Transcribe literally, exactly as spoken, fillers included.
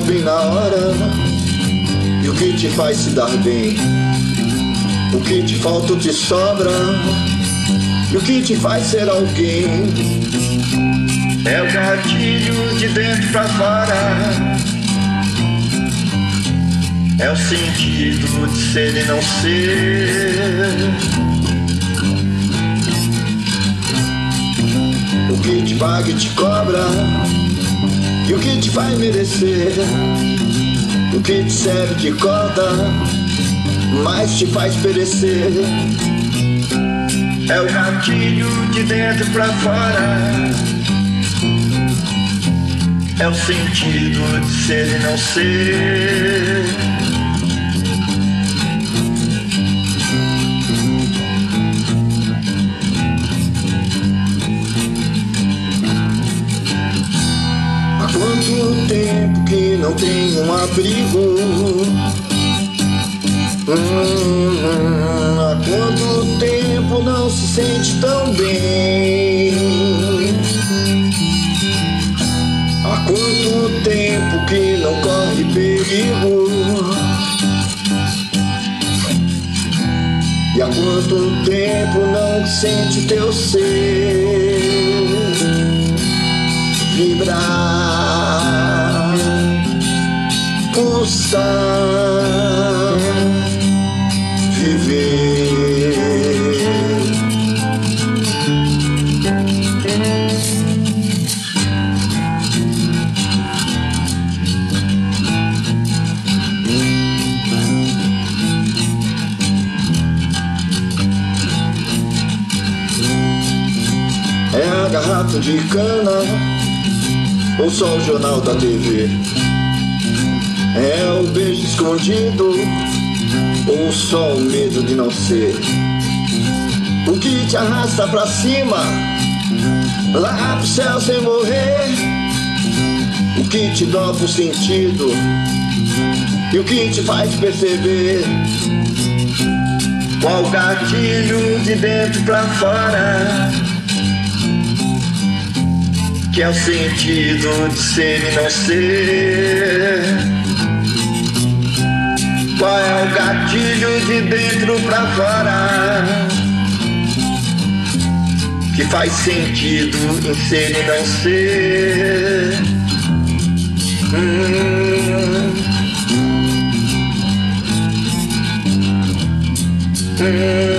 bem na hora, e o que te faz se dar bem. O que te falta ou te sobra, e o que te faz ser alguém. É o gatilho de dentro pra fora, é o sentido de ser e não ser. O que te paga e te cobra, e o que te faz merecer. O que te serve te corta, mas te faz perecer. É o gatilho de dentro pra fora, é o sentido de ser e não ser. Há quanto tempo que não tem um abrigo? Hum, há quanto tempo não se sente tão bem? Há quanto tempo que não corre perigo? E há quanto tempo não sente teu ser vibrar, pulsar, viver. É a garrafa de cana, ou só o jornal da T V? É o beijo escondido, ou só o medo de não ser? O que te arrasta pra cima, lá pro céu sem morrer? O que te dobra o sentido, e o que te faz perceber? Qual gatilho de dentro pra fora, que é o sentido de ser e não ser? Qual é o gatilho de dentro pra fora, que faz sentido em ser e não ser? Hum. Hum.